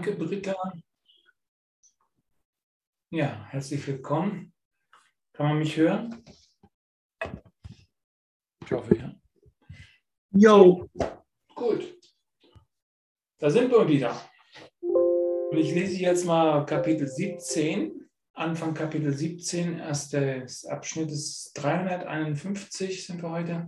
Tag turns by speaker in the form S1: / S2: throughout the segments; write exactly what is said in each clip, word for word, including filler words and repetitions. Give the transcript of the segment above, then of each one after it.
S1: Danke, Britta. Ja, herzlich willkommen. Kann man mich hören? Ich hoffe, ja.
S2: Jo.
S1: Gut. Da sind wir wieder. Und ich lese jetzt mal Kapitel siebzehn, Anfang Kapitel siebzehn, erstes Abschnittes dreihunderteinundfünfzig sind wir heute.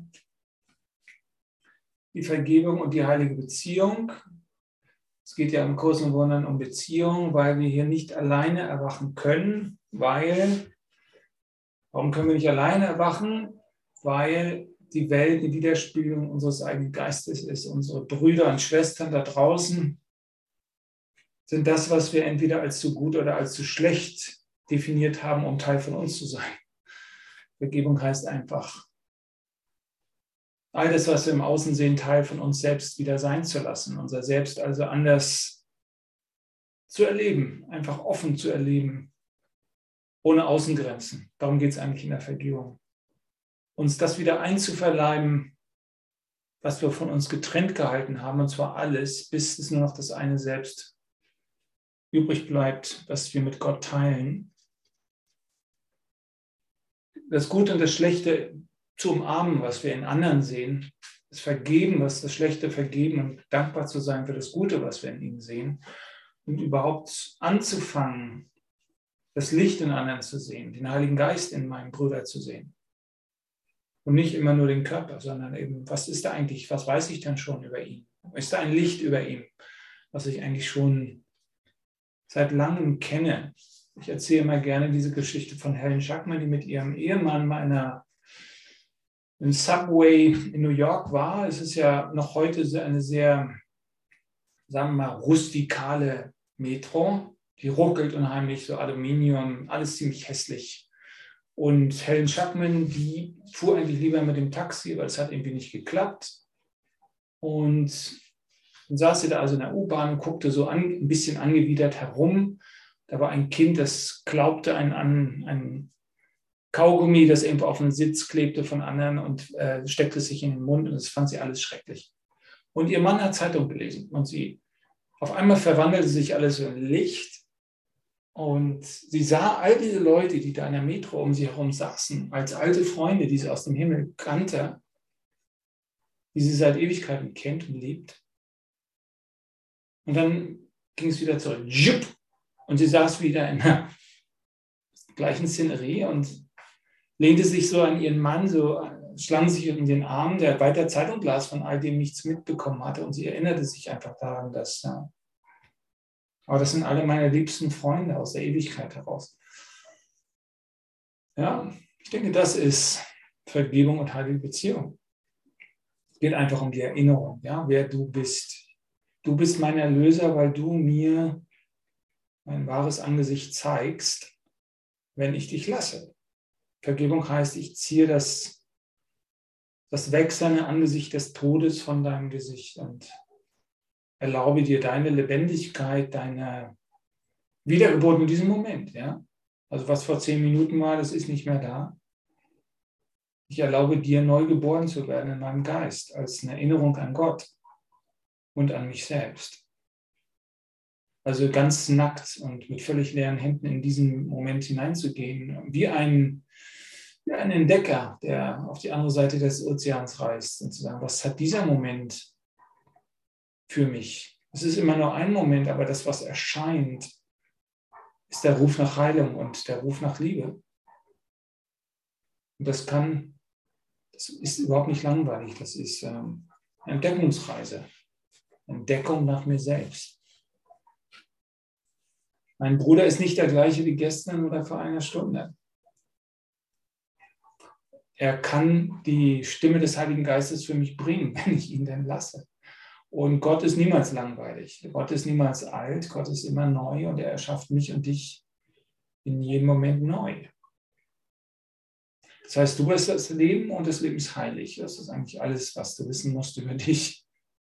S1: Die Vergebung und die heilige Beziehung. Es geht ja im Großen und Ganzen um Beziehung, weil wir hier nicht alleine erwachen können, weil, warum können wir nicht alleine erwachen? Weil die Welt eine Widerspiegelung unseres eigenen Geistes ist. Unsere Brüder und Schwestern da draußen sind das, was wir entweder als zu gut oder als zu schlecht definiert haben, um Teil von uns zu sein. Vergebung heißt einfach, all das, was wir im Außen sehen, Teil von uns selbst wieder sein zu lassen. Unser Selbst also anders zu erleben, einfach offen zu erleben, ohne Außengrenzen. Darum geht es eigentlich in der Vergebung. Uns das wieder einzuverleiben, was wir von uns getrennt gehalten haben, und zwar alles, bis es nur noch das eine Selbst übrig bleibt, was wir mit Gott teilen. Das Gute und das Schlechte zu umarmen, was wir in anderen sehen, das Vergeben, was das Schlechte vergeben und dankbar zu sein für das Gute, was wir in ihnen sehen, und überhaupt anzufangen, das Licht in anderen zu sehen, den Heiligen Geist in meinem Bruder zu sehen. Und nicht immer nur den Körper, sondern eben, was ist da eigentlich, was weiß ich denn schon über ihn? Ist da ein Licht über ihm, was ich eigentlich schon seit langem kenne? Ich erzähle immer gerne diese Geschichte von Helen Schackman, die mit ihrem Ehemann mal in einer, im Subway in New York war. Es ist ja noch heute eine sehr, sagen wir mal, rustikale Metro. Die ruckelt unheimlich, so Aluminium, alles ziemlich hässlich. Und Helen Schackman, die fuhr eigentlich lieber mit dem Taxi, weil es hat irgendwie nicht geklappt. Und dann saß sie da also in der U-Bahn und guckte so an, ein bisschen angewidert herum. Da war ein Kind, das glaubte an ein, ein Kaugummi, das irgendwo auf den Sitz klebte von anderen und äh, steckte es sich in den Mund, und das fand sie alles schrecklich. Und ihr Mann hat Zeitung gelesen und sie, auf einmal verwandelte sich alles so in Licht. Und sie sah all diese Leute, die da in der Metro um sie herum saßen, als alte Freunde, die sie aus dem Himmel kannte, die sie seit Ewigkeiten kennt und liebt. Und dann ging es wieder zurück. Und sie saß wieder in der gleichen Szenerie und lehnte sich so an ihren Mann, so schlang sich in den Arm, der weiter Zeitung las, von all dem nichts mitbekommen hatte. Und sie erinnerte sich einfach daran, dass... Ja, aber das sind alle meine liebsten Freunde aus der Ewigkeit heraus. Ja, ich denke, das ist Vergebung und heilige Beziehung. Es geht einfach um die Erinnerung, ja, wer du bist. Du bist mein Erlöser, weil du mir mein wahres Angesicht zeigst, wenn ich dich lasse. Vergebung heißt, ich ziehe das, das wechselnde Angesicht des Todes von deinem Gesicht und erlaube dir deine Lebendigkeit, deine Wiedergeburt in diesem Moment. Ja? Also was vor zehn Minuten war, das ist nicht mehr da. Ich erlaube dir, neu geboren zu werden in meinem Geist, als eine Erinnerung an Gott und an mich selbst. Also ganz nackt und mit völlig leeren Händen in diesen Moment hineinzugehen, wie ein, wie ein Entdecker, der auf die andere Seite des Ozeans reist, und zu sagen, was hat dieser Moment für mich? Es ist immer nur ein Moment, aber das, was erscheint, ist der Ruf nach Heilung und der Ruf nach Liebe. Und das kann, das ist überhaupt nicht langweilig, das ist ähm, eine Entdeckungsreise, Entdeckung nach mir selbst. Mein Bruder ist nicht der gleiche wie gestern oder vor einer Stunde. Er kann die Stimme des Heiligen Geistes für mich bringen, wenn ich ihn denn lasse. Und Gott ist niemals langweilig. Gott ist niemals alt. Gott ist immer neu und er erschafft mich und dich in jedem Moment neu. Das heißt, du bist das Leben und das Leben ist heilig. Das ist eigentlich alles, was du wissen musst über dich.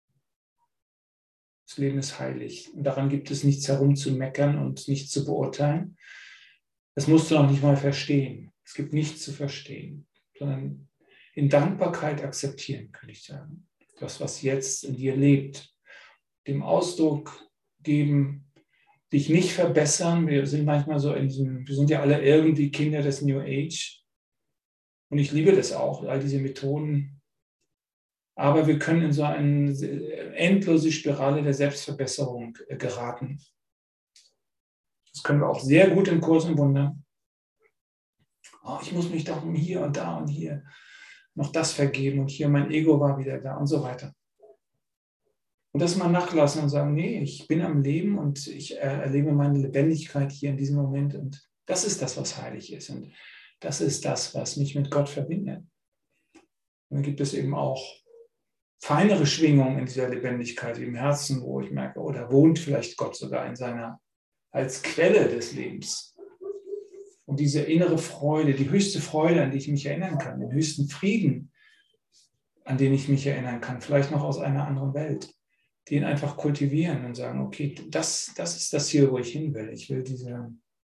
S1: Das Leben ist heilig. Und daran gibt es nichts herumzumeckern und nichts zu beurteilen. Das musst du noch nicht mal verstehen. Es gibt nichts zu verstehen, sondern in Dankbarkeit akzeptieren, könnte ich sagen. Das, was jetzt in dir lebt, dem Ausdruck geben, dich nicht verbessern. Wir sind manchmal so in diesem, wir sind ja alle irgendwie Kinder des New Age. Und ich liebe das auch, all diese Methoden. Aber wir können in so eine endlose Spirale der Selbstverbesserung geraten. Das können wir auch sehr gut im Kurs im Wunder. Oh, ich muss mich doch hier und da und hier noch das vergeben und hier mein Ego war wieder da und so weiter. Und das mal nachlassen und sagen, nee, ich bin am Leben und ich erlebe meine Lebendigkeit hier in diesem Moment und das ist das, was heilig ist und das ist das, was mich mit Gott verbindet. Und dann gibt es eben auch feinere Schwingungen in dieser Lebendigkeit, wie im Herzen, wo ich merke, oh, da wohnt vielleicht Gott sogar in seiner, als Quelle des Lebens. Und diese innere Freude, die höchste Freude, an die ich mich erinnern kann, den höchsten Frieden, an den ich mich erinnern kann, vielleicht noch aus einer anderen Welt, den einfach kultivieren und sagen, okay, das, das ist das Ziel, wo ich hin will. Ich will diese,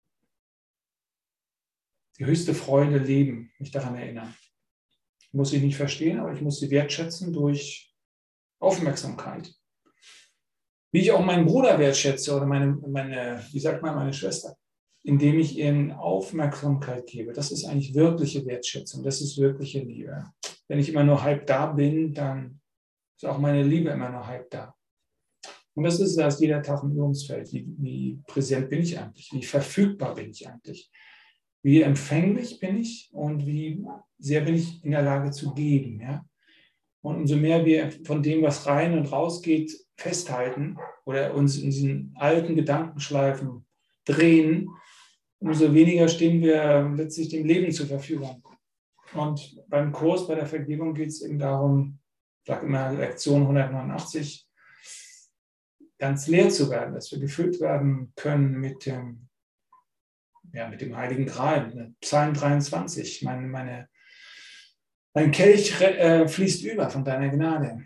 S1: die höchste Freude leben, mich daran erinnern. Ich muss sie nicht verstehen, aber ich muss sie wertschätzen durch Aufmerksamkeit. Wie ich auch meinen Bruder wertschätze oder meine, meine, wie sagt man, meine Schwester, indem ich ihnen Aufmerksamkeit gebe. Das ist eigentlich wirkliche Wertschätzung, das ist wirkliche Liebe. Wenn ich immer nur halb da bin, dann ist auch meine Liebe immer nur halb da. Und das ist erst jeder Tag ein Übungsfeld. Wie, wie präsent bin ich eigentlich? Wie verfügbar bin ich eigentlich? Wie empfänglich bin ich und wie sehr bin ich in der Lage zu geben? Ja? Und umso mehr wir von dem, was rein und raus geht, festhalten oder uns in diesen alten Gedankenschleifen drehen, umso weniger stehen wir letztlich dem Leben zur Verfügung. Und beim Kurs, bei der Vergebung geht es eben darum, ich sage immer Lektion hundertneunundachtzig, ganz leer zu werden, dass wir gefüllt werden können mit dem, ja, mit dem Heiligen Gral. Psalm dreiundzwanzig, meine, meine, mein Kelch äh, fließt über von deiner Gnade.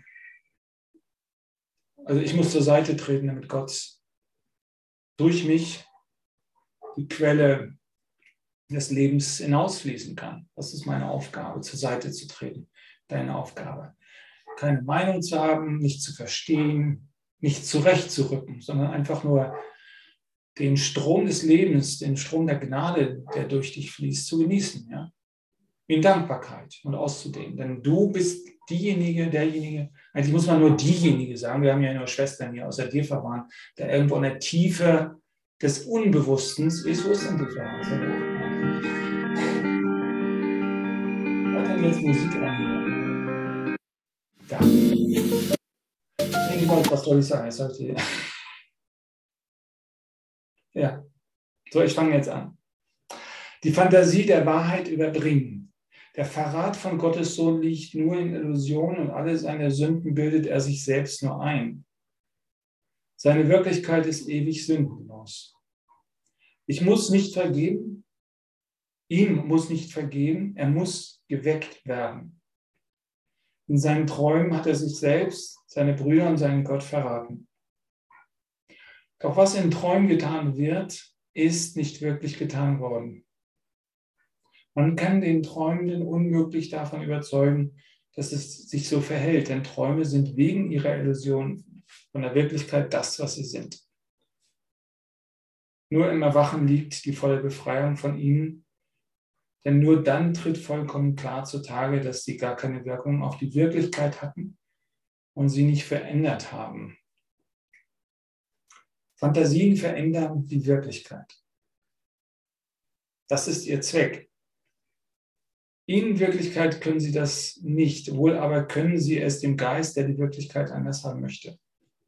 S1: Also ich muss zur Seite treten, damit Gott durch mich die Quelle des Lebens hinausfließen kann. Das ist meine Aufgabe, zur Seite zu treten. Deine Aufgabe. Keine Meinung zu haben, nicht zu verstehen, nicht zurechtzurücken, sondern einfach nur den Strom des Lebens, den Strom der Gnade, der durch dich fließt, zu genießen. Ja? In Dankbarkeit und auszudehnen. Denn du bist diejenige, derjenige, eigentlich muss man nur diejenige sagen, wir haben ja nur Schwestern hier außer dir verwandt, der irgendwo in der Tiefe des Unbewussten ist. Wo ist denn die Frage? Was denn jetzt Musik an? Da. Was soll ich sagen? Sollte... Ja, so, ich fange jetzt an. Die Fantasie der Wahrheit überbringen. Der Verrat von Gottes Sohn liegt nur in Illusion und alle seine Sünden bildet er sich selbst nur ein. Seine Wirklichkeit ist ewig sündenlos. Ich muss nicht vergeben, ihm muss nicht vergeben, er muss geweckt werden. In seinen Träumen hat er sich selbst, seine Brüder und seinen Gott verraten. Doch was in Träumen getan wird, ist nicht wirklich getan worden. Man kann den Träumenden unmöglich davon überzeugen, dass es sich so verhält, denn Träume sind wegen ihrer Illusion von der Wirklichkeit das, was sie sind. Nur im Erwachen liegt die volle Befreiung von ihnen, denn nur dann tritt vollkommen klar zutage, dass sie gar keine Wirkung auf die Wirklichkeit hatten und sie nicht verändert haben. Fantasien verändern die Wirklichkeit. Das ist ihr Zweck. In Wirklichkeit können sie das nicht, wohl aber können sie es dem Geist, der die Wirklichkeit anders haben möchte.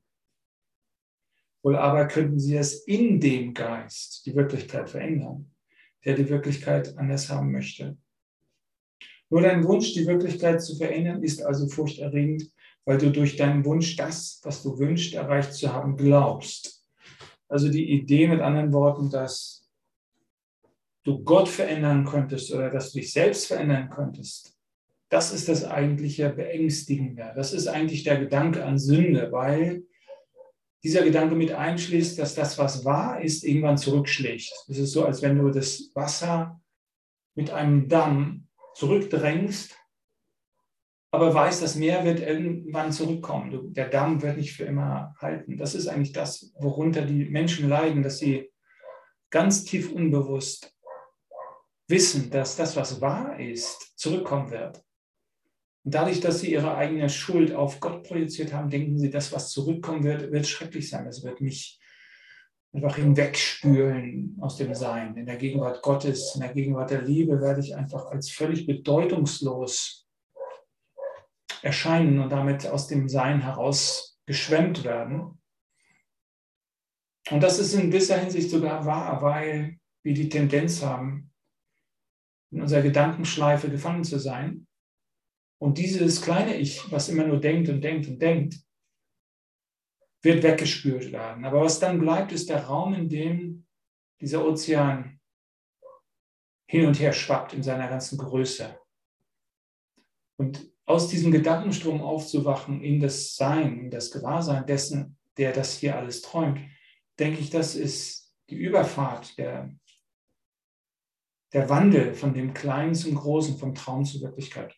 S1: Wohl aber könnten sie es in dem Geist, die Wirklichkeit verändern, der die Wirklichkeit anders haben möchte. Nur dein Wunsch, die Wirklichkeit zu verändern, ist also furchterregend, weil du durch deinen Wunsch das, was du wünschst, erreicht zu haben, glaubst. Also die Idee mit anderen Worten, dass du Gott verändern könntest oder dass du dich selbst verändern könntest, das ist das eigentliche Beängstigende. Das ist eigentlich der Gedanke an Sünde, weil dieser Gedanke mit einschließt, dass das, was wahr ist, irgendwann zurückschlägt. Es ist so, als wenn du das Wasser mit einem Damm zurückdrängst aber weiß, das Meer wird irgendwann zurückkommen. Der Damm wird nicht für immer halten. Das ist eigentlich das, worunter die Menschen leiden, dass sie ganz tief unbewusst wissen, dass das, was wahr ist, zurückkommen wird. Und dadurch, dass sie ihre eigene Schuld auf Gott projiziert haben, denken sie, das, was zurückkommen wird, wird schrecklich sein. Es wird mich einfach hinwegspülen aus dem Sein. In der Gegenwart Gottes, in der Gegenwart der Liebe werde ich einfach als völlig bedeutungslos erscheinen und damit aus dem Sein heraus geschwemmt werden. Und das ist in gewisser Hinsicht sogar wahr, weil wir die Tendenz haben, in unserer Gedankenschleife gefangen zu sein. Und dieses kleine Ich, was immer nur denkt und denkt und denkt, wird weggespült werden. Aber was dann bleibt, ist der Raum, in dem dieser Ozean hin und her schwappt in seiner ganzen Größe. Und aus diesem Gedankenstrom aufzuwachen in das Sein, in das Gewahrsein dessen, der das hier alles träumt, denke ich, das ist die Überfahrt, der, der Wandel von dem Kleinen zum Großen, vom Traum zur Wirklichkeit.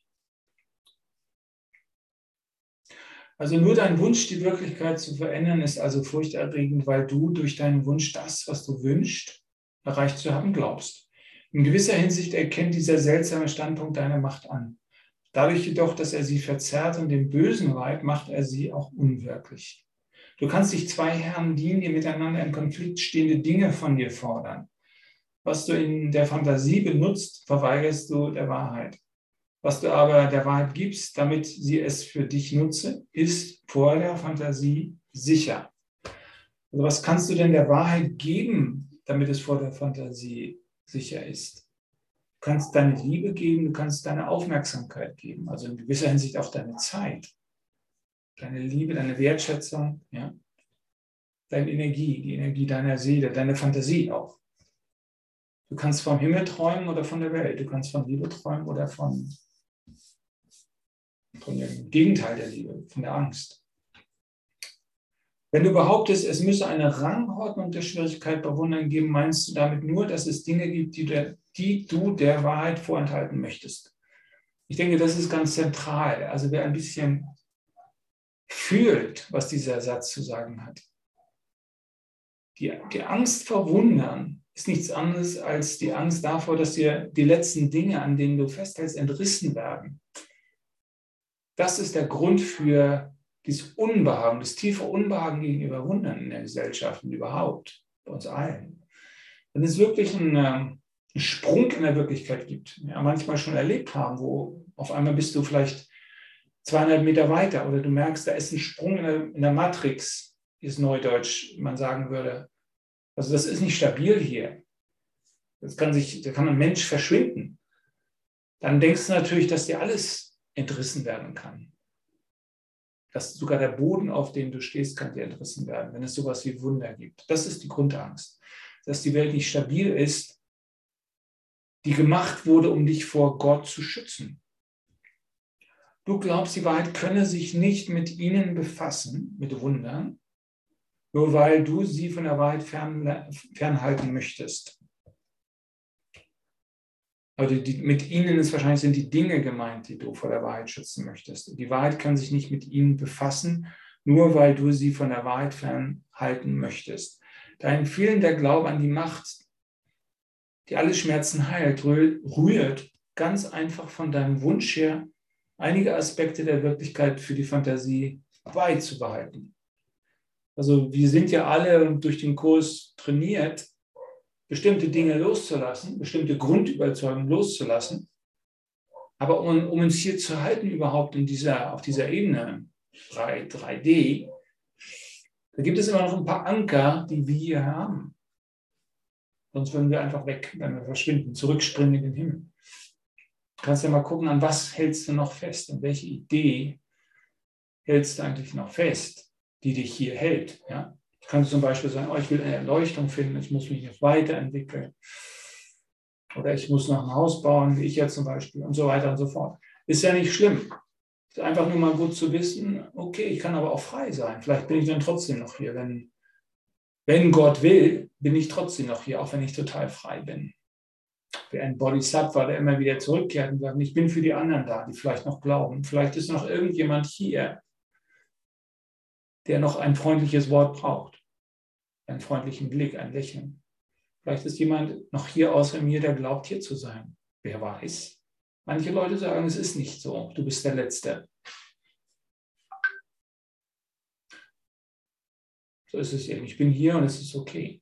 S1: Also nur dein Wunsch, die Wirklichkeit zu verändern, ist also furchterregend, weil du durch deinen Wunsch das, was du wünschst, erreicht zu haben glaubst. In gewisser Hinsicht erkennt dieser seltsame Standpunkt deine Macht an. Dadurch jedoch, dass er sie verzerrt und dem Bösen weiht, macht er sie auch unwirklich. Du kannst dich zwei Herren dienen, die miteinander in Konflikt stehende Dinge von dir fordern. Was du in der Fantasie benutzt, verweigerst du der Wahrheit. Was du aber der Wahrheit gibst, damit sie es für dich nutze, ist vor der Fantasie sicher. Also was kannst du denn der Wahrheit geben, damit es vor der Fantasie sicher ist? Du kannst deine Liebe geben, du kannst deine Aufmerksamkeit geben, also in gewisser Hinsicht auch deine Zeit, deine Liebe, deine Wertschätzung, ja? Deine Energie, die Energie deiner Seele, deine Fantasie auch. Du kannst vom Himmel träumen oder von der Welt, du kannst von Liebe träumen oder von, von dem Gegenteil der Liebe, von der Angst. Wenn du behauptest, es müsse eine Rangordnung der Schwierigkeit bewundern geben, meinst du damit nur, dass es Dinge gibt, die, der, die du der Wahrheit vorenthalten möchtest. Ich denke, das ist ganz zentral. Also wer ein bisschen fühlt, was dieser Satz zu sagen hat. Die, die Angst vor Wundern ist nichts anderes als die Angst davor, dass dir die letzten Dinge, an denen du festhältst, entrissen werden. Das ist der Grund für dieses Unbehagen, das tiefe Unbehagen gegenüber Wundern in der Gesellschaft und überhaupt, bei uns allen. Wenn es wirklich einen, einen Sprung in der Wirklichkeit gibt, ja, manchmal schon erlebt haben, wo auf einmal bist du vielleicht zweihundert Meter weiter oder du merkst, da ist ein Sprung in der, in der Matrix, ist Neudeutsch, man sagen würde. Also das ist nicht stabil hier. Das kann sich, da kann ein Mensch verschwinden. Dann denkst du natürlich, dass dir alles entrissen werden kann. Dass sogar der Boden, auf dem du stehst, kann dir entrissen werden, wenn es sowas wie Wunder gibt. Das ist die Grundangst. Dass die Welt nicht stabil ist, die gemacht wurde, um dich vor Gott zu schützen. Du glaubst, die Wahrheit könne sich nicht mit ihnen befassen, mit Wundern, nur weil du sie von der Wahrheit fern, fernhalten möchtest. Also die, mit ihnen ist wahrscheinlich sind die Dinge gemeint, die du vor der Wahrheit schützen möchtest. Die Wahrheit kann sich nicht mit ihnen befassen, nur weil du sie von der Wahrheit fernhalten möchtest. Dein fehlender Glaube an die Macht, die alle Schmerzen heilt, rührt ganz einfach von deinem Wunsch her, einige Aspekte der Wirklichkeit für die Fantasie beizubehalten. Also wir sind ja alle durch den Kurs trainiert, bestimmte Dinge loszulassen, bestimmte Grundüberzeugungen loszulassen. Aber um, um uns hier zu halten überhaupt in dieser, auf dieser Ebene drei D, da gibt es immer noch ein paar Anker, die wir hier haben. Sonst würden wir einfach weg, wenn wir verschwinden, zurückspringen in den Himmel. Du kannst ja mal gucken, an was hältst du noch fest? An welche Idee hältst du eigentlich noch fest, die dich hier hält? Ja? Kann zum Beispiel sagen, oh, ich will eine Erleuchtung finden, ich muss mich noch weiterentwickeln. Oder ich muss noch ein Haus bauen, wie ich jetzt zum Beispiel, und so weiter und so fort. Ist ja nicht schlimm. Ist einfach nur mal gut zu wissen, okay, ich kann aber auch frei sein. Vielleicht bin ich dann trotzdem noch hier. Wenn, wenn Gott will, bin ich trotzdem noch hier, auch wenn ich total frei bin. wie ein Bodhisattva, der immer wieder zurückkehrt und sagt, ich bin für die anderen da, die vielleicht noch glauben. Vielleicht ist noch irgendjemand hier, der noch ein freundliches Wort braucht, einen freundlichen Blick, ein Lächeln. Vielleicht ist jemand noch hier außer mir, der glaubt, hier zu sein. Wer weiß? Manche Leute sagen, es ist nicht so, du bist der Letzte. So ist es eben. Ich bin hier und es ist okay.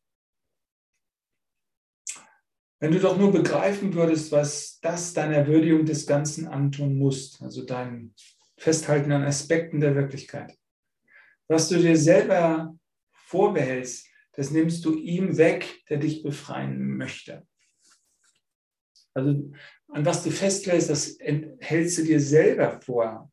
S1: Wenn du doch nur begreifen würdest, was das deiner Würdigung des Ganzen antun muss, also dein Festhalten an Aspekten der Wirklichkeit, was du dir selber vorbehältst, das nimmst du ihm weg, der dich befreien möchte. Also an was du festhältst, das hältst du dir selber vor.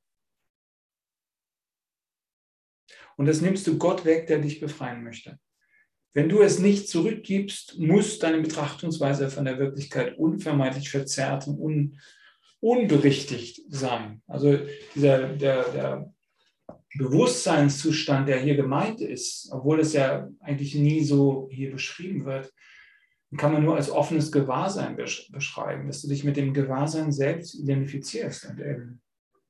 S1: Und das nimmst du Gott weg, der dich befreien möchte. Wenn du es nicht zurückgibst, muss deine Betrachtungsweise von der Wirklichkeit unvermeidlich verzerrt und un, unberichtigt sein. Also dieser, der, der Bewusstseinszustand, der hier gemeint ist, obwohl es ja eigentlich nie so hier beschrieben wird, kann man nur als offenes Gewahrsein beschreiben, dass du dich mit dem Gewahrsein selbst identifizierst und eben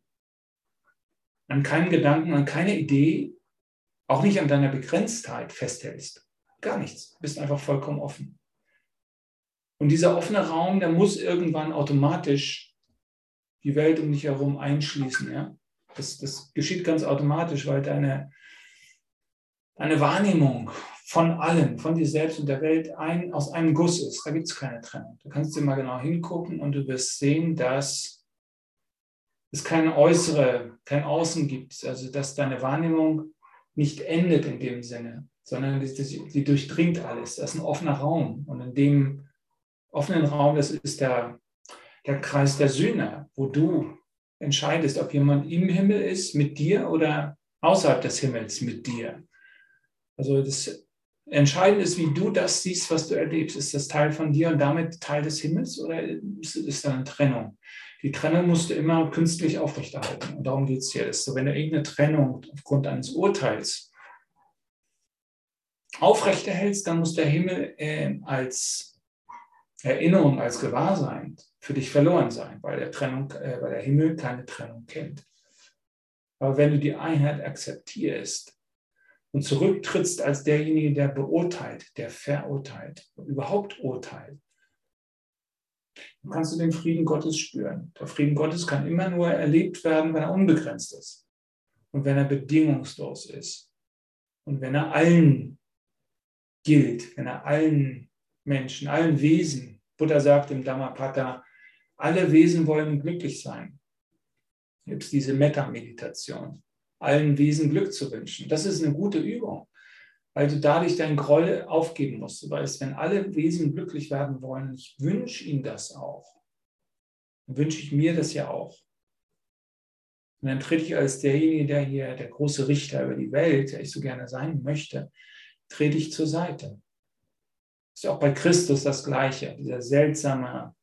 S1: an keinen Gedanken, an keine Idee, auch nicht an deiner Begrenztheit festhältst. Gar nichts. Du bist einfach vollkommen offen. Und dieser offene Raum, der muss irgendwann automatisch die Welt um dich herum einschließen. Ja? Das, das geschieht ganz automatisch, weil deine, deine Wahrnehmung von allem, von dir selbst und der Welt ein, aus einem Guss ist. Da gibt es keine Trennung. Du kannst dir mal genau hingucken und du wirst sehen, dass es keine äußere, kein Außen gibt. Also dass deine Wahrnehmung nicht endet in dem Sinne, sondern die, die durchdringt alles. Das ist ein offener Raum. Und in dem offenen Raum, das ist der, der Kreis der Sühne, wo du entscheidest, ob jemand im Himmel ist mit dir oder außerhalb des Himmels mit dir. Also das Entscheidende ist, wie du das siehst, was du erlebst. Ist das Teil von dir und damit Teil des Himmels oder ist, ist da eine Trennung? Die Trennung musst du immer künstlich aufrechterhalten. Und darum geht es hier. So, wenn du irgendeine Trennung aufgrund eines Urteils aufrechterhältst, dann muss der Himmel äh, als Erinnerung, als Gewahrsein für dich verloren sein, weil der, Trennung, äh, weil der Himmel keine Trennung kennt. Aber wenn du die Einheit akzeptierst und zurücktrittst als derjenige, der beurteilt, der verurteilt, überhaupt urteilt, dann kannst du den Frieden Gottes spüren. Der Frieden Gottes kann immer nur erlebt werden, wenn er unbegrenzt ist und wenn er bedingungslos ist und wenn er allen gilt, wenn er allen Menschen, allen Wesen, Buddha sagt im Dhammapada, alle Wesen wollen glücklich sein. Hier gibt es diese Metta-Meditation, allen Wesen Glück zu wünschen. Das ist eine gute Übung, weil du dadurch deinen Groll aufgeben musst. Du weißt, wenn alle Wesen glücklich werden wollen, ich wünsche ihnen das auch, dann wünsche ich mir das ja auch. Und dann trete ich als derjenige, der hier der große Richter über die Welt, der ich so gerne sein möchte, trete ich zur Seite. Das ist ja auch bei Christus das Gleiche, dieser seltsame,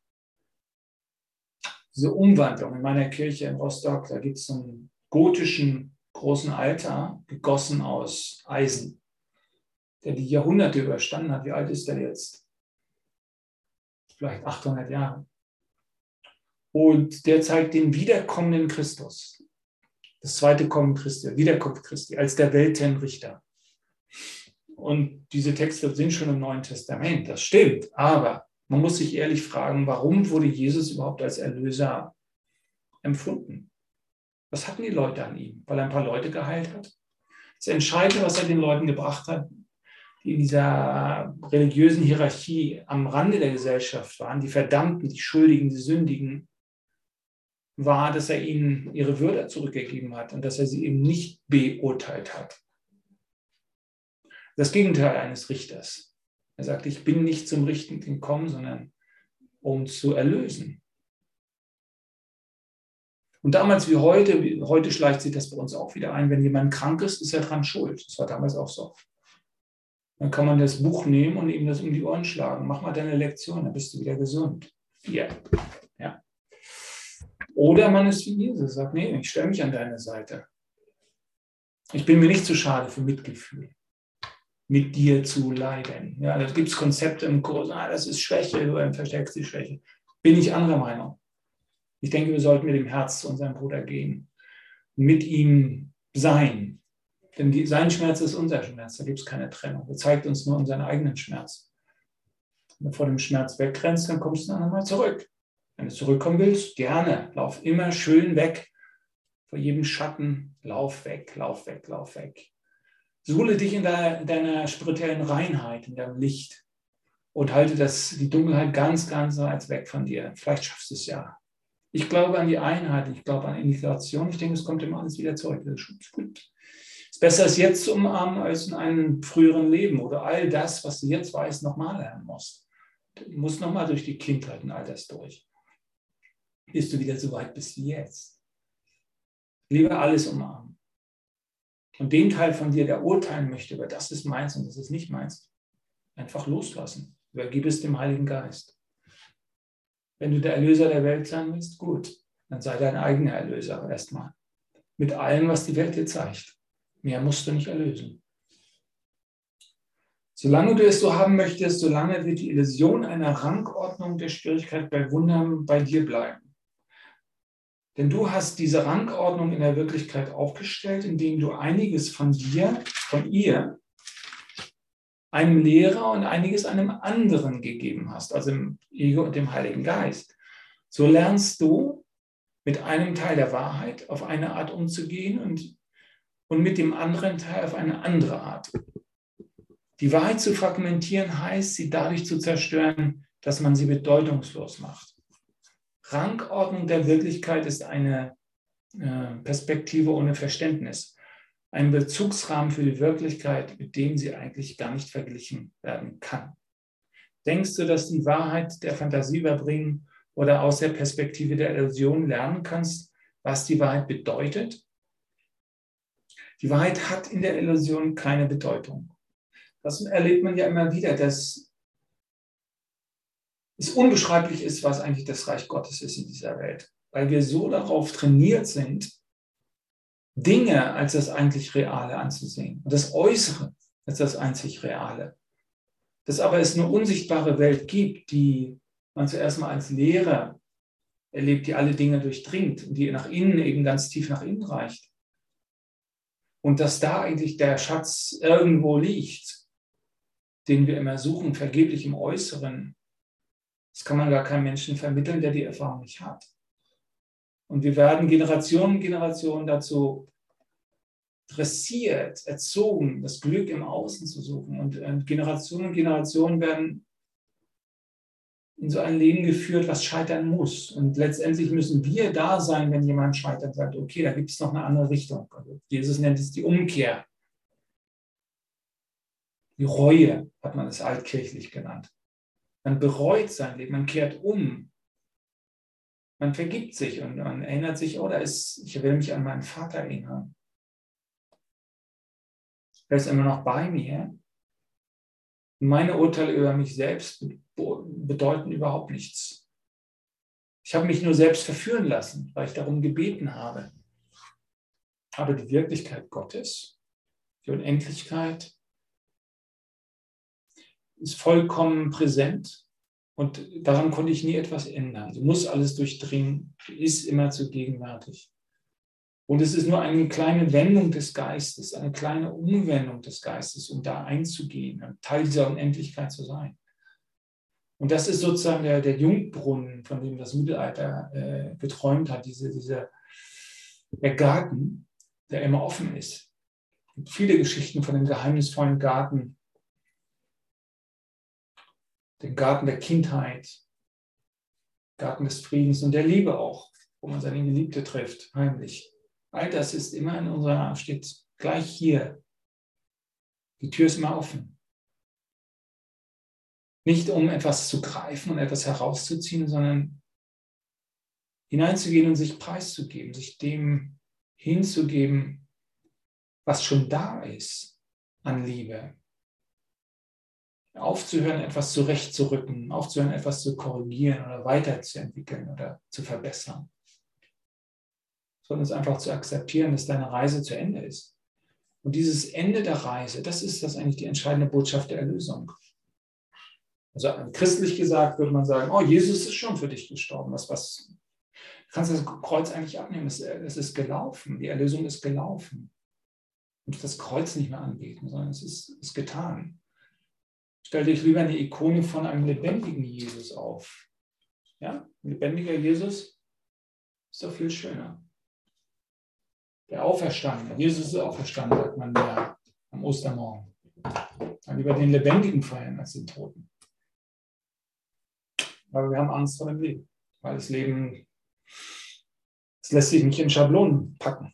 S1: diese Umwandlung. In meiner Kirche in Rostock, da gibt es so einen gotischen großen Altar, gegossen aus Eisen, der die Jahrhunderte überstanden hat. Wie alt ist der jetzt? Vielleicht achthundert Jahre. Und der zeigt den wiederkommenden Christus. Das zweite Kommen Christi, Wiederkunft Christi, als der Weltenrichter. Und diese Texte sind schon im Neuen Testament, das stimmt. Aber man muss sich ehrlich fragen, warum wurde Jesus überhaupt als Erlöser empfunden? Was hatten die Leute an ihm? Weil er ein paar Leute geheilt hat? Das Entscheidende, was er den Leuten gebracht hat, die in dieser religiösen Hierarchie am Rande der Gesellschaft waren, die Verdammten, die Schuldigen, die Sündigen, war, dass er ihnen ihre Würde zurückgegeben hat und dass er sie eben nicht beurteilt hat. Das Gegenteil eines Richters. Er sagt, ich bin nicht zum Richten gekommen, sondern um zu erlösen. Und damals wie heute, wie heute schleicht sich das bei uns auch wieder ein, wenn jemand krank ist, ist er dran schuld. Das war damals auch so. Dann kann man das Buch nehmen und ihm das um die Ohren schlagen. Mach mal deine Lektion, dann bist du wieder gesund. Ja. Ja. Oder man ist wie Jesus, sagt, nee, ich stelle mich an deine Seite. Ich bin mir nicht zu schade für Mitgefühl. mit dir zu leiden. Ja, da gibt es Konzepte im Kurs, ah, das ist Schwäche, du verstärkst die Schwäche. Bin ich anderer Meinung. Ich denke, wir sollten mit dem Herz zu unserem Bruder gehen, mit ihm sein. Denn die, sein Schmerz ist unser Schmerz, da gibt es keine Trennung. Er zeigt uns nur unseren eigenen Schmerz. Wenn du vor dem Schmerz wegrennst, dann kommst du dann nochmal zurück. Wenn du zurückkommen willst, gerne, lauf immer schön weg. Vor jedem Schatten, lauf weg, lauf weg, lauf weg. Suhle dich in deiner, in deiner spirituellen Reinheit, in deinem Licht und halte das, die Dunkelheit ganz, ganz weit weg von dir. Vielleicht schaffst du es ja. Ich glaube an die Einheit, ich glaube an Integration. Ich denke, es kommt immer alles wieder zurück. Das ist gut. Es ist besser, es jetzt zu umarmen, als in einem früheren Leben, wo du all das, was du jetzt weißt, nochmal lernen musst. Du musst nochmal durch die Kindheit und all das durch, bis du wieder so weit bist wie jetzt. Lieber alles umarmen. Und den Teil von dir, der urteilen möchte, über das ist meins und das ist nicht meins, einfach loslassen. Übergib es dem Heiligen Geist. Wenn du der Erlöser der Welt sein willst, gut, dann sei dein eigener Erlöser erstmal. Mit allem, was die Welt dir zeigt. Mehr musst du nicht erlösen. Solange du es so haben möchtest, solange wird die Illusion einer Rangordnung der Schwierigkeit bei Wundern bei dir bleiben. Denn du hast diese Rangordnung in der Wirklichkeit aufgestellt, indem du einiges von dir, von ihr, einem Lehrer und einiges einem anderen gegeben hast, also dem Ego und dem Heiligen Geist. So lernst du mit einem Teil der Wahrheit auf eine Art umzugehen und, und mit dem anderen Teil auf eine andere Art. Die Wahrheit zu fragmentieren heißt, sie dadurch zu zerstören, dass man sie bedeutungslos macht. Rangordnung der Wirklichkeit ist eine äh, Perspektive ohne Verständnis. Ein Bezugsrahmen für die Wirklichkeit, mit dem sie eigentlich gar nicht verglichen werden kann. Denkst du, dass die Wahrheit der Fantasie überbringen oder aus der Perspektive der Illusion lernen kannst, was die Wahrheit bedeutet? Die Wahrheit hat in der Illusion keine Bedeutung. Das erlebt man ja immer wieder, dass es unbeschreiblich ist, was eigentlich das Reich Gottes ist in dieser Welt. Weil wir so darauf trainiert sind, Dinge als das eigentlich Reale anzusehen. Und das Äußere als das einzig Reale. Dass aber es eine unsichtbare Welt gibt, die man zuerst mal als Lehrer erlebt, die alle Dinge durchdringt und die nach innen eben ganz tief nach innen reicht. Und dass da eigentlich der Schatz irgendwo liegt, den wir immer suchen, vergeblich im Äußeren. Das kann man gar keinem Menschen vermitteln, der die Erfahrung nicht hat. Und wir werden Generationen und Generationen dazu dressiert, erzogen, das Glück im Außen zu suchen. Und Generationen und Generationen werden in so ein Leben geführt, was scheitern muss. Und letztendlich müssen wir da sein, wenn jemand scheitert und sagt, okay, da gibt es noch eine andere Richtung. Also Jesus nennt es die Umkehr. Die Reue hat man es altkirchlich genannt. Man bereut sein Leben, man kehrt um. Man vergibt sich und man erinnert sich, oh, da ist, ich will mich an meinen Vater erinnern. Er ist immer noch bei mir. Meine Urteile über mich selbst bedeuten überhaupt nichts. Ich habe mich nur selbst verführen lassen, weil ich darum gebeten habe. Aber die Wirklichkeit Gottes, die Unendlichkeit, ist vollkommen präsent und daran konnte ich nie etwas ändern. Sie muss alles durchdringen, ist immer zu gegenwärtig. Und es ist nur eine kleine Wendung des Geistes, eine kleine Umwendung des Geistes, um da einzugehen, ein Teil dieser Unendlichkeit zu sein. Und das ist sozusagen der, der Jungbrunnen, von dem das Mittelalter äh, geträumt hat, diese, diese, der Garten, der immer offen ist. Es gibt viele Geschichten von dem geheimnisvollen Garten, den Garten der Kindheit, Garten des Friedens und der Liebe auch, wo man seine Geliebte trifft, heimlich. All das ist immer in unserer, steht gleich hier. Die Tür ist immer offen. Nicht um etwas zu greifen und etwas herauszuziehen, sondern hineinzugehen und sich preiszugeben, sich dem hinzugeben, was schon da ist an Liebe. Aufzuhören, etwas zurechtzurücken, aufzuhören, etwas zu korrigieren oder weiterzuentwickeln oder zu verbessern. Sondern es einfach zu akzeptieren, dass deine Reise zu Ende ist. Und dieses Ende der Reise, das ist das eigentlich die entscheidende Botschaft der Erlösung. Also christlich gesagt würde man sagen, oh, Jesus ist schon für dich gestorben. Was, was, du kannst das Kreuz eigentlich abnehmen. Es, es ist gelaufen. Die Erlösung ist gelaufen. Und das Kreuz nicht mehr anbeten, sondern es ist, ist getan. Stell dich lieber eine Ikone von einem lebendigen Jesus auf. Ja? Ein lebendiger Jesus ist doch viel schöner. Der Auferstandene. Jesus ist auferstanden, sagt man ja am Ostermorgen. Dann lieber den Lebendigen feiern als den Toten. Aber wir haben Angst vor dem Leben, weil das Leben, es lässt sich nicht in Schablonen packen.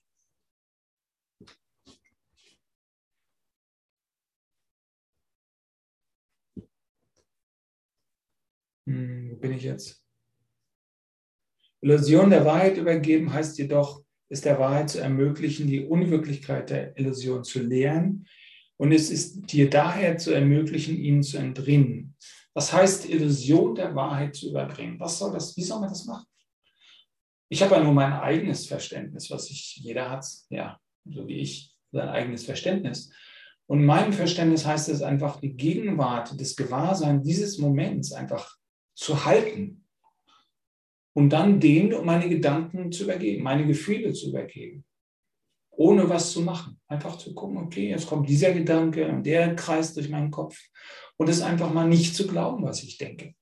S1: Hm, wo bin ich jetzt? Illusion der Wahrheit übergeben heißt jedoch, es der Wahrheit zu ermöglichen, die Unwirklichkeit der Illusion zu lehren. Und es ist dir daher zu ermöglichen, ihnen zu entrinnen. Was heißt Illusion der Wahrheit zu überbringen? Was soll das, wie soll man das machen? Ich habe ja nur mein eigenes Verständnis, was ich, jeder hat, ja, so wie ich, sein eigenes Verständnis. Und in meinem Verständnis heißt es einfach, die Gegenwart des Gewahrseins dieses Moments einfach zu halten und dann dem meine Gedanken zu übergeben, meine Gefühle zu übergeben, ohne was zu machen. Einfach zu gucken, okay, jetzt kommt dieser Gedanke und der kreist durch meinen Kopf und es einfach mal nicht zu glauben, was ich denke.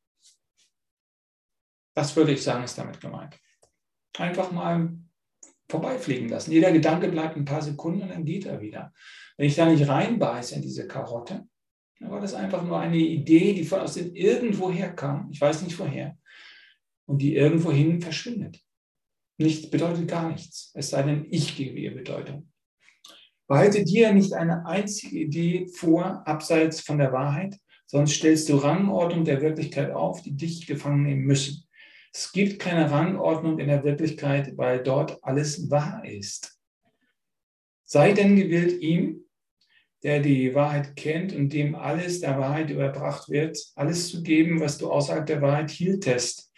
S1: Das würde ich sagen, ist damit gemeint. Einfach mal vorbeifliegen lassen. Jeder Gedanke bleibt ein paar Sekunden und dann geht er wieder. Wenn ich da nicht reinbeiße in diese Karotte, dann war das einfach nur eine Idee, die von aus dem irgendwoher kam, ich weiß nicht woher, und die irgendwohin verschwindet. Nichts bedeutet gar nichts, es sei denn, ich gebe ihr Bedeutung. Behalte dir nicht eine einzige Idee vor, abseits von der Wahrheit, sonst stellst du Rangordnung der Wirklichkeit auf, die dich gefangen nehmen müssen. Es gibt keine Rangordnung in der Wirklichkeit, weil dort alles wahr ist. Sei denn gewillt ihm, der die Wahrheit kennt und dem alles der Wahrheit überbracht wird, alles zu geben, was du außerhalb der Wahrheit hieltest.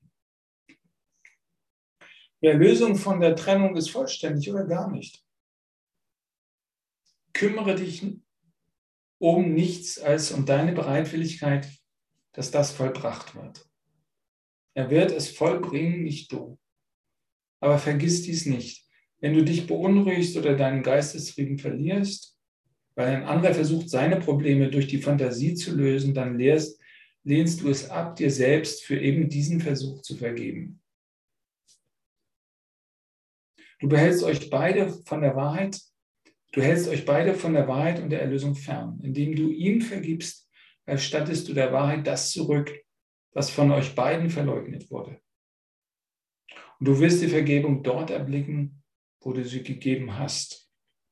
S1: Die Erlösung von der Trennung ist vollständig oder gar nicht. Kümmere dich um nichts als um deine Bereitwilligkeit, dass das vollbracht wird. Er wird es vollbringen, nicht du. Aber vergiss dies nicht. Wenn du dich beunruhigst oder deinen Geistesfrieden verlierst, weil ein anderer versucht, seine Probleme durch die Fantasie zu lösen, dann lehrst, lehnst du es ab, dir selbst für eben diesen Versuch zu vergeben. Du behältst euch beide von der Wahrheit, du hältst euch beide von der Wahrheit und der Erlösung fern. Indem du ihm vergibst, erstattest du der Wahrheit das zurück, was von euch beiden verleugnet wurde. Und du wirst die Vergebung dort erblicken, wo du sie gegeben hast.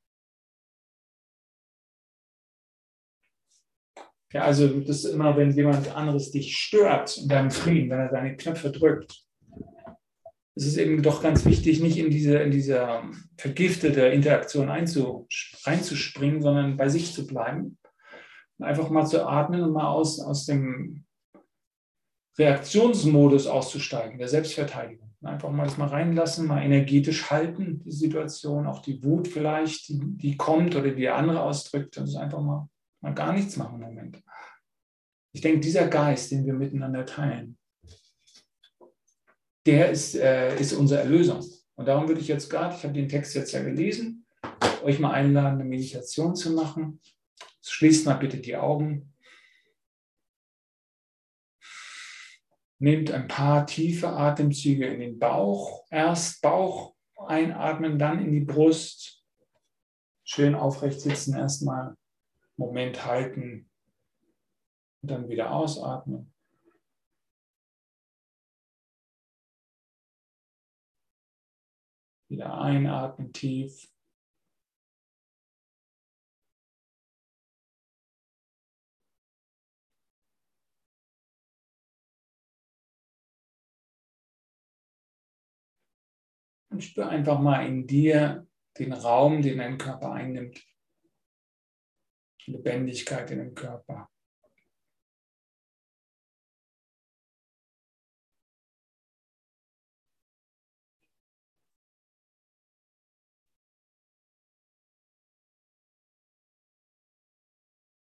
S1: Ja, also das ist immer, wenn jemand anderes dich stört in deinem Frieden, wenn er deine Knöpfe drückt. Es ist eben doch ganz wichtig, nicht in diese, in diese vergiftete Interaktion reinzuspringen, sondern bei sich zu bleiben. Und einfach mal zu atmen und mal aus, aus dem Reaktionsmodus auszusteigen, der Selbstverteidigung. Einfach mal das mal reinlassen, mal energetisch halten, die Situation, auch die Wut vielleicht, die, die kommt oder die andere ausdrückt. Das ist einfach mal, mal gar nichts machen im Moment. Ich denke, dieser Geist, den wir miteinander teilen, der ist, äh, ist unsere Erlösung. Und darum würde ich jetzt gerade, ich habe den Text jetzt ja gelesen, euch mal einladen, eine Meditation zu machen. Schließt mal bitte die Augen. Nehmt ein paar tiefe Atemzüge in den Bauch. Erst Bauch einatmen, dann in die Brust. Schön aufrecht sitzen erstmal. Moment halten. Und dann wieder ausatmen. Wieder einatmen tief. Und spür einfach mal in dir den Raum, den dein Körper einnimmt. Lebendigkeit in dem Körper.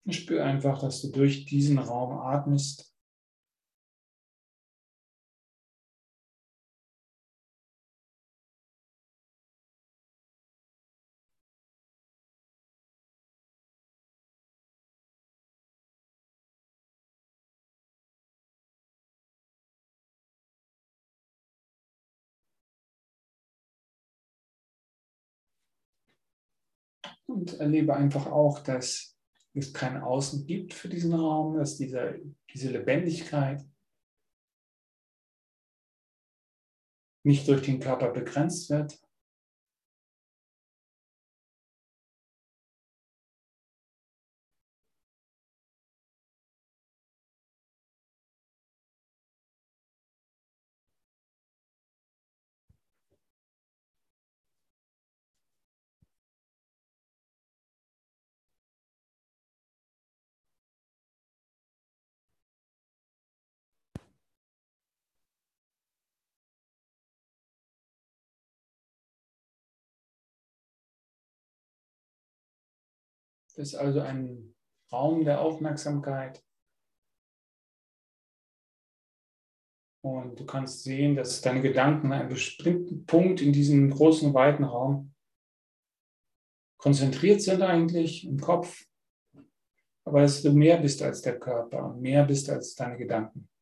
S1: Spür einfach, dass du durch diesen Raum atmest. Und erlebe einfach auch, dass es kein Außen gibt für diesen Raum, dass diese, diese Lebendigkeit nicht durch den Körper begrenzt wird. Das ist also ein Raum der Aufmerksamkeit. Und du kannst sehen, dass deine Gedanken an einem bestimmten Punkt in diesem großen, weiten Raum konzentriert sind eigentlich im Kopf, aber dass du mehr bist als der Körper und mehr bist als deine Gedanken.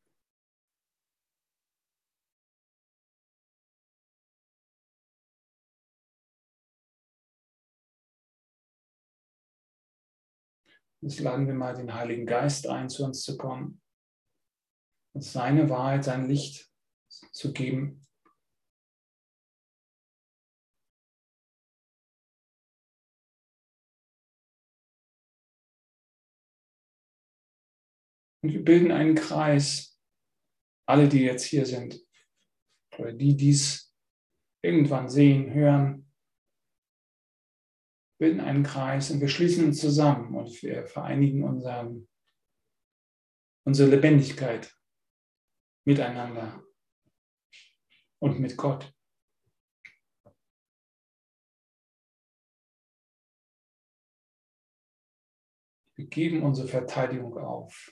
S1: Jetzt laden wir mal den Heiligen Geist ein, zu uns zu kommen und seine Wahrheit, sein Licht zu geben. Und wir bilden einen Kreis, alle, die jetzt hier sind, oder die dies irgendwann sehen, hören, bilden einen Kreis und wir schließen uns zusammen und wir vereinigen unseren, unsere Lebendigkeit miteinander und mit Gott. Wir geben unsere Verteidigung auf.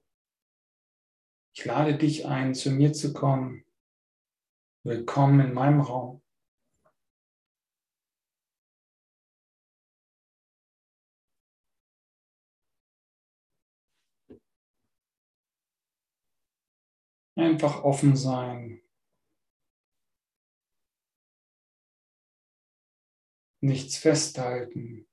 S1: Ich lade dich ein, zu mir zu kommen. Willkommen in meinem Raum. Einfach offen sein. Nichts festhalten.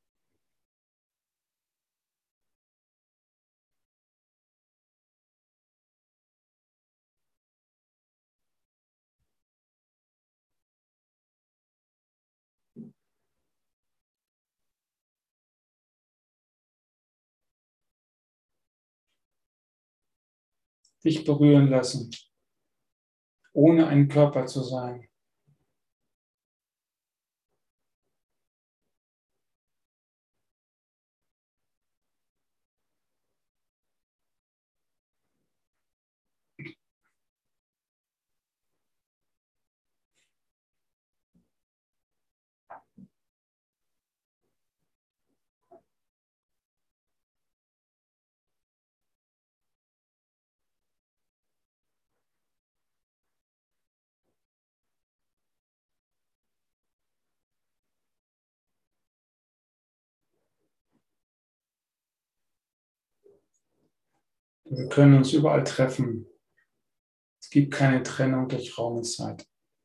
S1: Dich berühren lassen, ohne ein Körper zu sein. Wir können uns überall treffen. Es gibt keine Trennung durch Raum und Zeit.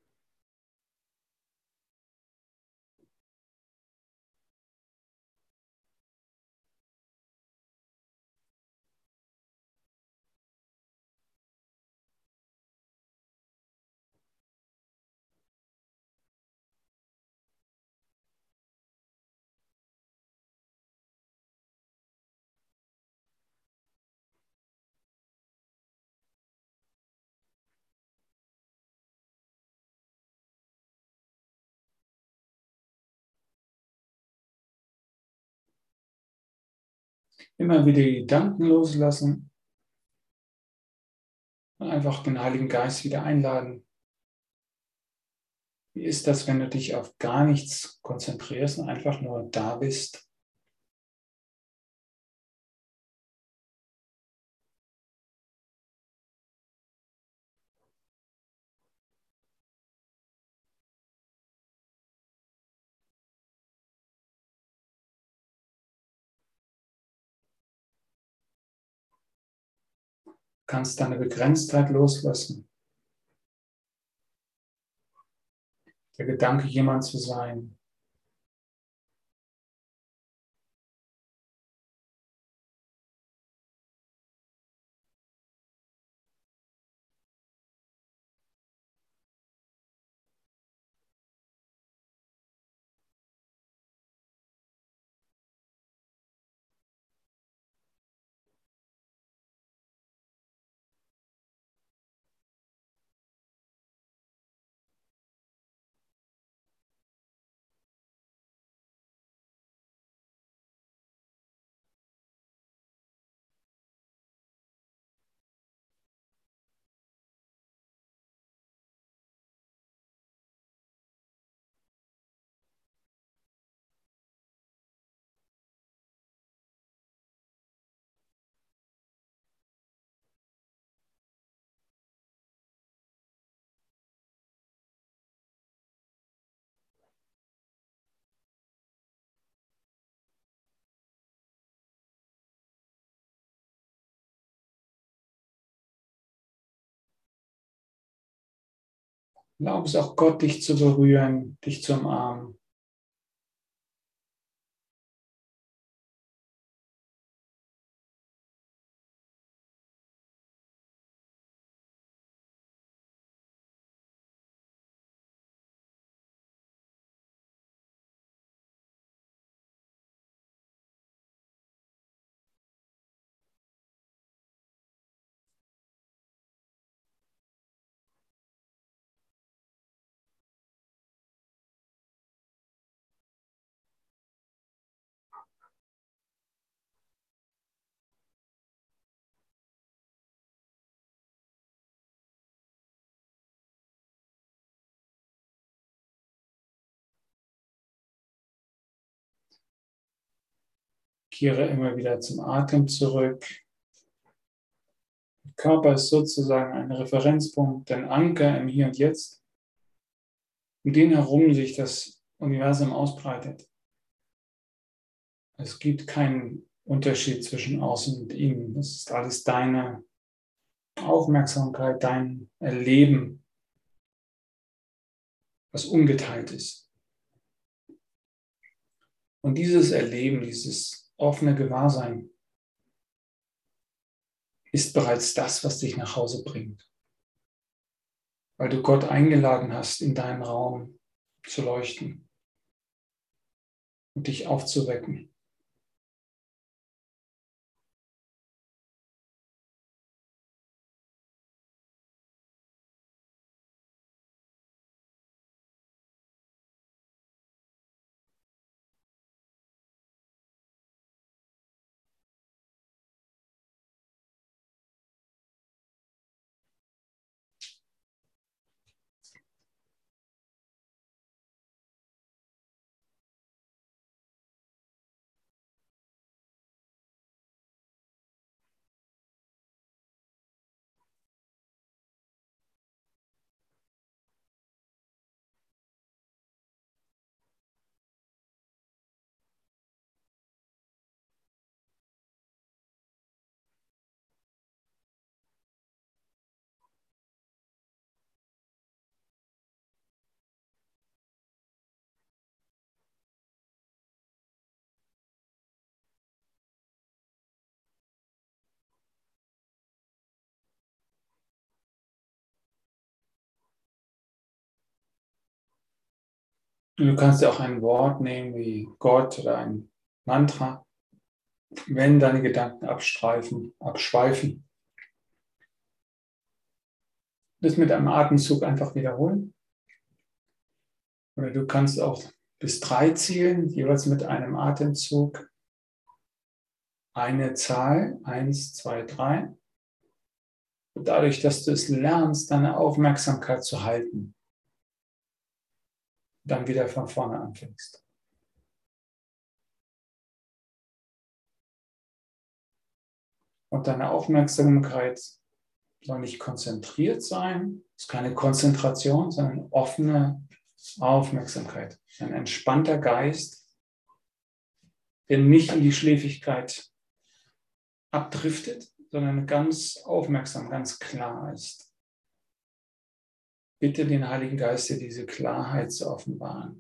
S1: Immer wieder die Gedanken loslassen und einfach den Heiligen Geist wieder einladen. Wie ist das, wenn du dich auf gar nichts konzentrierst und einfach nur da bist? kannst deine Begrenztheit loslassen. Der Gedanke, jemand zu sein. Erlaube es auch Gott, dich zu berühren, dich zu umarmen. Kehre immer wieder zum Atem zurück. Der Körper ist sozusagen ein Referenzpunkt, ein Anker im Hier und Jetzt, um den herum sich das Universum ausbreitet. Es gibt keinen Unterschied zwischen außen und innen. Das ist alles deine Aufmerksamkeit, dein Erleben, was ungeteilt ist. Und dieses Erleben, dieses offene Gewahrsein ist bereits das, was dich nach Hause bringt. Weil du Gott eingeladen hast, in deinen Raum zu leuchten und dich aufzuwecken. Und du kannst ja auch ein Wort nehmen wie Gott oder ein Mantra, wenn deine Gedanken abstreifen, abschweifen. Das mit einem Atemzug einfach wiederholen. Oder du kannst auch bis drei zählen, jeweils mit einem Atemzug. Eine Zahl, eins, zwei, drei. Und dadurch, dass du es lernst, deine Aufmerksamkeit zu halten, dann wieder von vorne anfängst. Und deine Aufmerksamkeit soll nicht konzentriert sein, es ist keine Konzentration, sondern offene Aufmerksamkeit. Ein entspannter Geist, der nicht in die Schläfrigkeit abdriftet, sondern ganz aufmerksam, ganz klar ist. Bitte den Heiligen Geist, dir diese Klarheit zu offenbaren.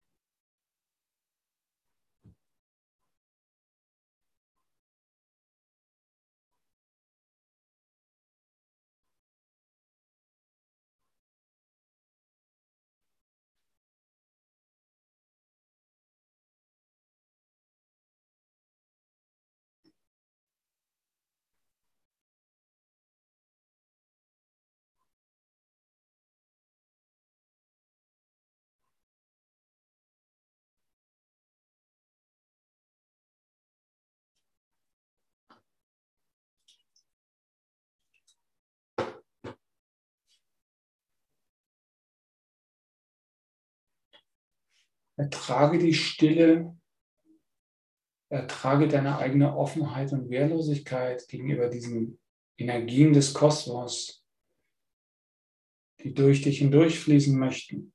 S1: Ertrage die Stille, ertrage deine eigene Offenheit und Wehrlosigkeit gegenüber diesen Energien des Kosmos, die durch dich hindurchfließen möchten.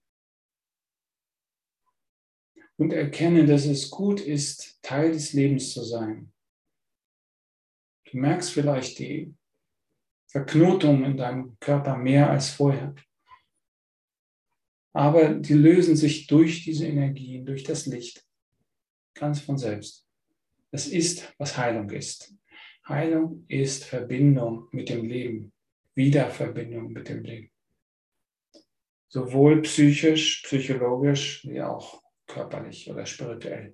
S1: Und erkenne, dass es gut ist, Teil des Lebens zu sein. Du merkst vielleicht die Verknotung in deinem Körper mehr als vorher. Aber die lösen sich durch diese Energien, durch das Licht, ganz von selbst. Das ist, was Heilung ist. Heilung ist Verbindung mit dem Leben, Wiederverbindung mit dem Leben. Sowohl psychisch, psychologisch, wie auch körperlich oder spirituell.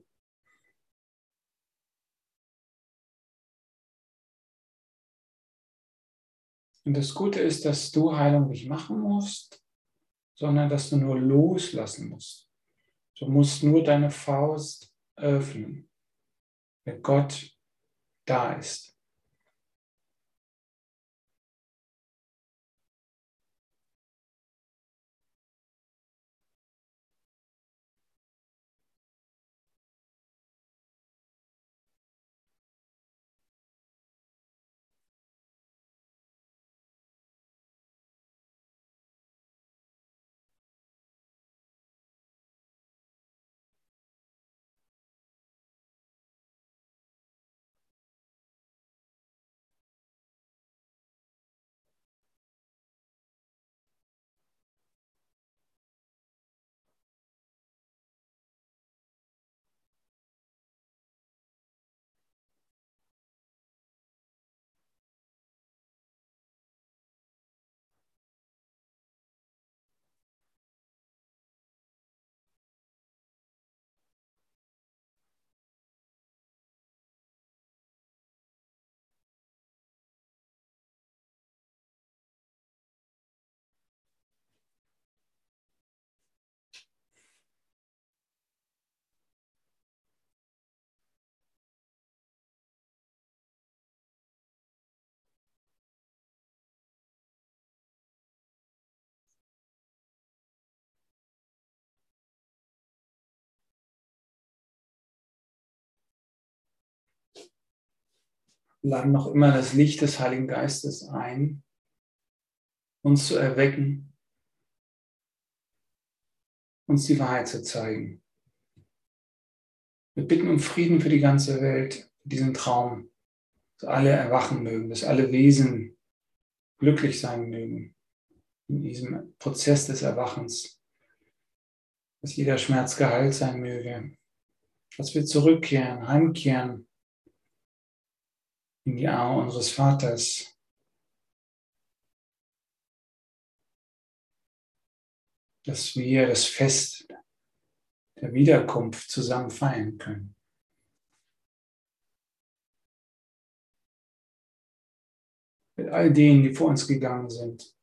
S1: Und das Gute ist, dass du Heilung nicht machen musst, sondern dass du nur loslassen musst. Du musst nur deine Faust öffnen, wenn Gott da ist. Wir laden noch immer das Licht des Heiligen Geistes ein, uns zu erwecken, uns die Wahrheit zu zeigen. Wir bitten um Frieden für die ganze Welt, für diesen Traum, dass alle erwachen mögen, dass alle Wesen glücklich sein mögen in diesem Prozess des Erwachens, dass jeder Schmerz geheilt sein möge, dass wir zurückkehren, heimkehren in die Arme unseres Vaters, dass wir das Fest der Wiederkunft zusammen feiern können. Mit all denen, die vor uns gegangen sind.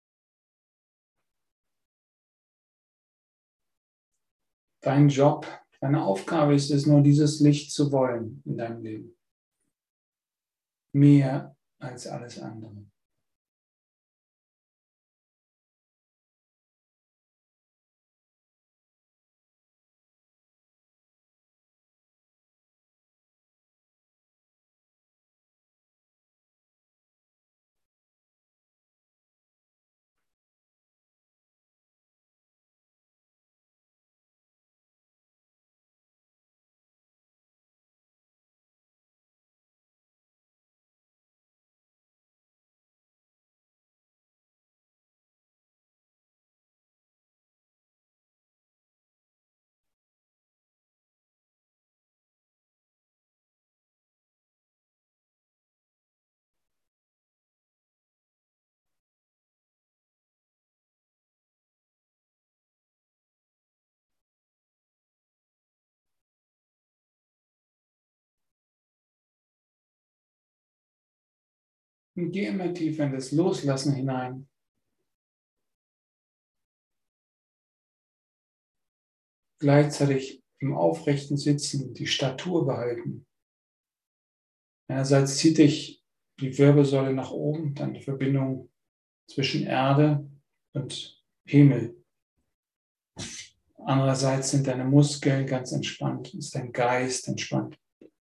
S1: Dein Job Deine Aufgabe ist es nur, dieses Licht zu wollen in deinem Leben. Mehr als alles andere. Und geh immer tiefer in das Loslassen hinein. Gleichzeitig im aufrechten Sitzen die Statur behalten. Einerseits zieht dich die Wirbelsäule nach oben, dann die Verbindung zwischen Erde und Himmel. Andererseits sind deine Muskeln ganz entspannt, ist dein Geist entspannt.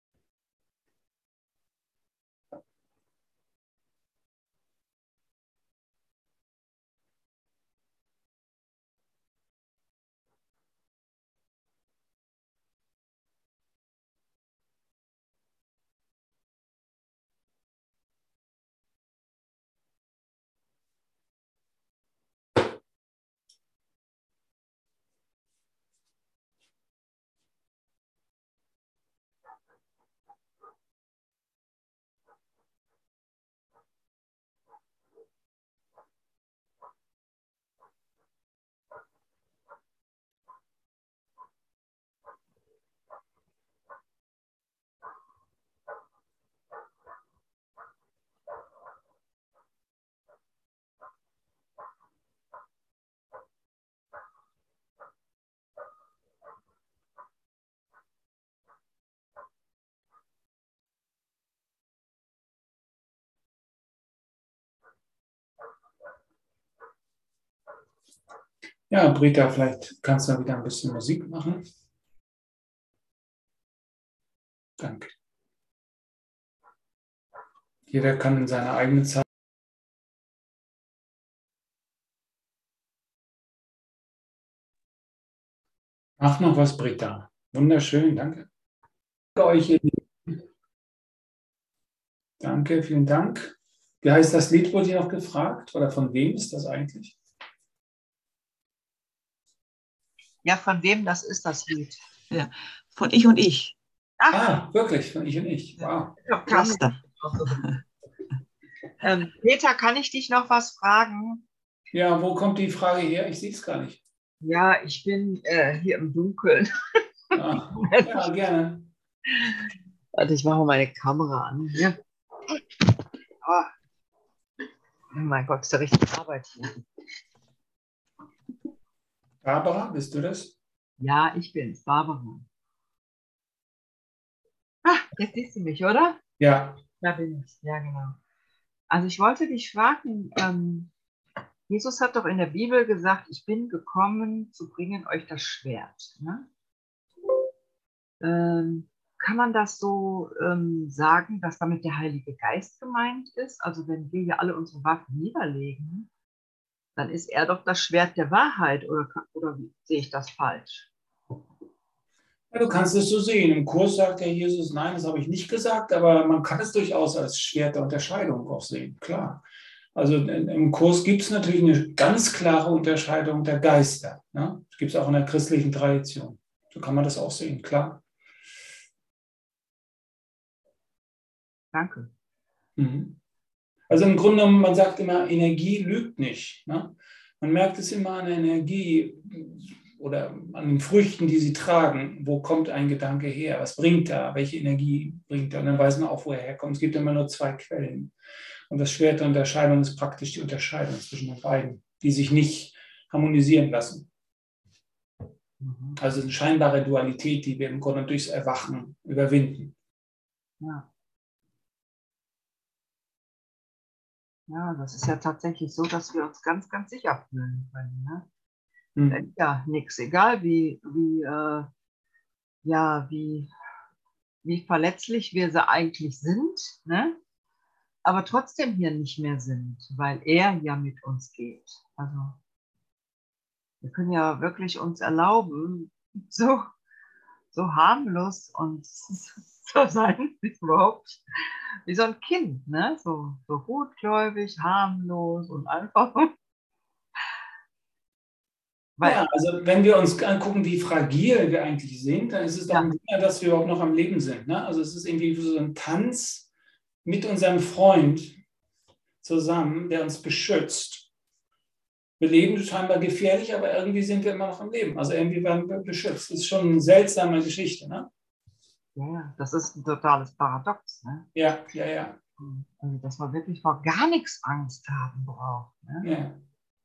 S1: Ja, Britta, vielleicht kannst du wieder ein bisschen Musik machen. Danke. Jeder kann in seiner eigenen Zeit. Mach noch was, Britta. Wunderschön, danke. Danke euch, ihr Lieben. Danke, vielen Dank. Wie heißt das Lied, wurde ihr noch gefragt? Oder von wem ist das eigentlich?
S2: Ja, von wem das ist das Lied? Ja, von Ich und Ich.
S1: Ach. Ah, wirklich, von Ich und Ich. Wow.
S2: Cluster. ähm, Peter, kann ich dich noch was fragen?
S1: Ja, wo kommt die Frage her? Ich sehe es gar nicht.
S2: Ja, ich bin äh, hier im Dunkeln.
S1: Ah, ja, gerne.
S2: Warte, ich mache meine Kamera an. Ja. Oh. Oh mein Gott, ist ja richtig Arbeit hier.
S1: Barbara, bist du das?
S2: Ja, ich bin's, Barbara. Ah, jetzt siehst du mich, oder?
S1: Ja.
S2: Da bin ich, ja genau. Also ich wollte dich fragen, ähm, Jesus hat doch in der Bibel gesagt, ich bin gekommen, zu bringen euch das Schwert. Ne? Ähm, kann man das so ähm, sagen, dass damit der Heilige Geist gemeint ist? Also wenn wir ja alle unsere Waffen niederlegen, dann ist er doch das Schwert der Wahrheit, oder, oder sehe ich das falsch?
S1: Ja, du kannst es so sehen. Im Kurs sagt der Jesus, nein, das habe ich nicht gesagt, aber man kann es durchaus als Schwert der Unterscheidung auch sehen, klar. Also im Kurs gibt es natürlich eine ganz klare Unterscheidung der Geister. Ne? Das gibt es auch in der christlichen Tradition. So kann man das auch sehen, klar.
S2: Danke.
S1: Mhm. Also im Grunde genommen, man sagt immer, Energie lügt nicht. Ne? Man merkt es immer an der Energie oder an den Früchten, die sie tragen. Wo kommt ein Gedanke her? Was bringt er? Welche Energie bringt er? Und dann weiß man auch, wo er herkommt. Es gibt immer nur zwei Quellen. Und das Schwert der Unterscheidung ist praktisch die Unterscheidung zwischen den beiden, die sich nicht harmonisieren lassen.
S2: Mhm.
S1: Also eine scheinbare Dualität, die wir im Grunde durchs Erwachen überwinden.
S2: Ja. Ja, das ist ja tatsächlich so, dass wir uns ganz, ganz sicher fühlen können. Ne?
S1: Mhm.
S2: Ja, nichts, egal wie, wie, äh, ja, wie, wie verletzlich wir sie eigentlich sind, ne? Aber trotzdem hier nicht mehr sind, weil er ja mit uns geht. Also wir können ja wirklich uns erlauben, so, so harmlos und so sein, wie überhaupt, wie so ein Kind, ne? So, so gutgläubig, harmlos und einfach. Weil,
S1: Ja, also wenn wir uns angucken, wie fragil wir eigentlich sind, dann ist es doch
S2: ja,
S1: ein Wunder, dass wir überhaupt noch am Leben sind. Ne? Also es ist irgendwie so ein Tanz mit unserem Freund zusammen, der uns beschützt. Wir leben scheinbar gefährlich, aber irgendwie sind wir immer noch am Leben. Also irgendwie werden wir beschützt. Das ist schon eine seltsame Geschichte. Ne?
S2: ja, das ist ein totales Paradox, ne?
S1: Ja, ja, ja.
S2: Also, dass man wirklich vor gar nichts Angst haben braucht. Ne?
S1: ja.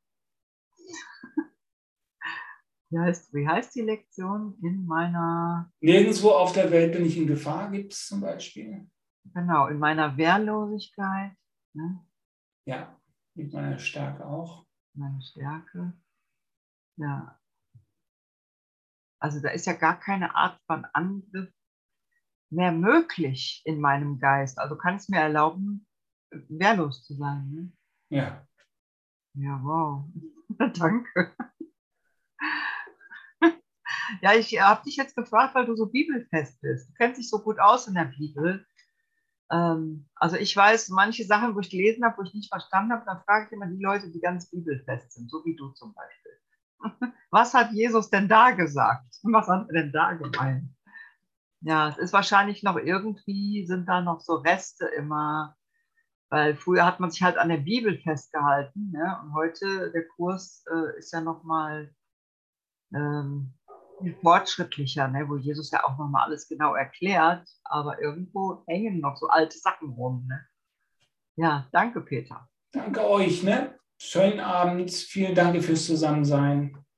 S2: Wie heißt, wie heißt die Lektion in meiner,
S1: Nirgendwo auf der Welt bin ich in Gefahr, gibt es zum Beispiel.
S2: genau, in meiner Wehrlosigkeit, ne?
S1: Ja, mit meiner Stärke auch.
S2: Meine Stärke. Ja, also da ist ja gar keine Art von Angriff mehr möglich in meinem Geist. Also kann ich es mir erlauben, wehrlos zu sein. Ne?
S1: Ja.
S2: Ja, wow. Danke. Ja, ich habe dich jetzt gefragt, weil du so bibelfest bist. Du kennst dich so gut aus in der Bibel. Ähm, also ich weiß, manche Sachen, wo ich gelesen habe, wo ich nicht verstanden habe, dann frage ich immer die Leute, die ganz bibelfest sind, so wie du zum Beispiel. Was hat Jesus denn da gesagt? Was hat er denn da gemeint? Ja, es ist wahrscheinlich noch irgendwie, sind da noch so Reste immer, weil früher hat man sich halt an der Bibel festgehalten, ne? Und heute, der Kurs äh, ist ja nochmal ähm, viel fortschrittlicher, ne? Wo Jesus ja auch nochmal alles genau erklärt, aber irgendwo hängen noch so alte Sachen rum. Ne? Ja, danke, Peter.
S1: Danke euch. Ne? Schönen Abend. Vielen Dank fürs Zusammensein.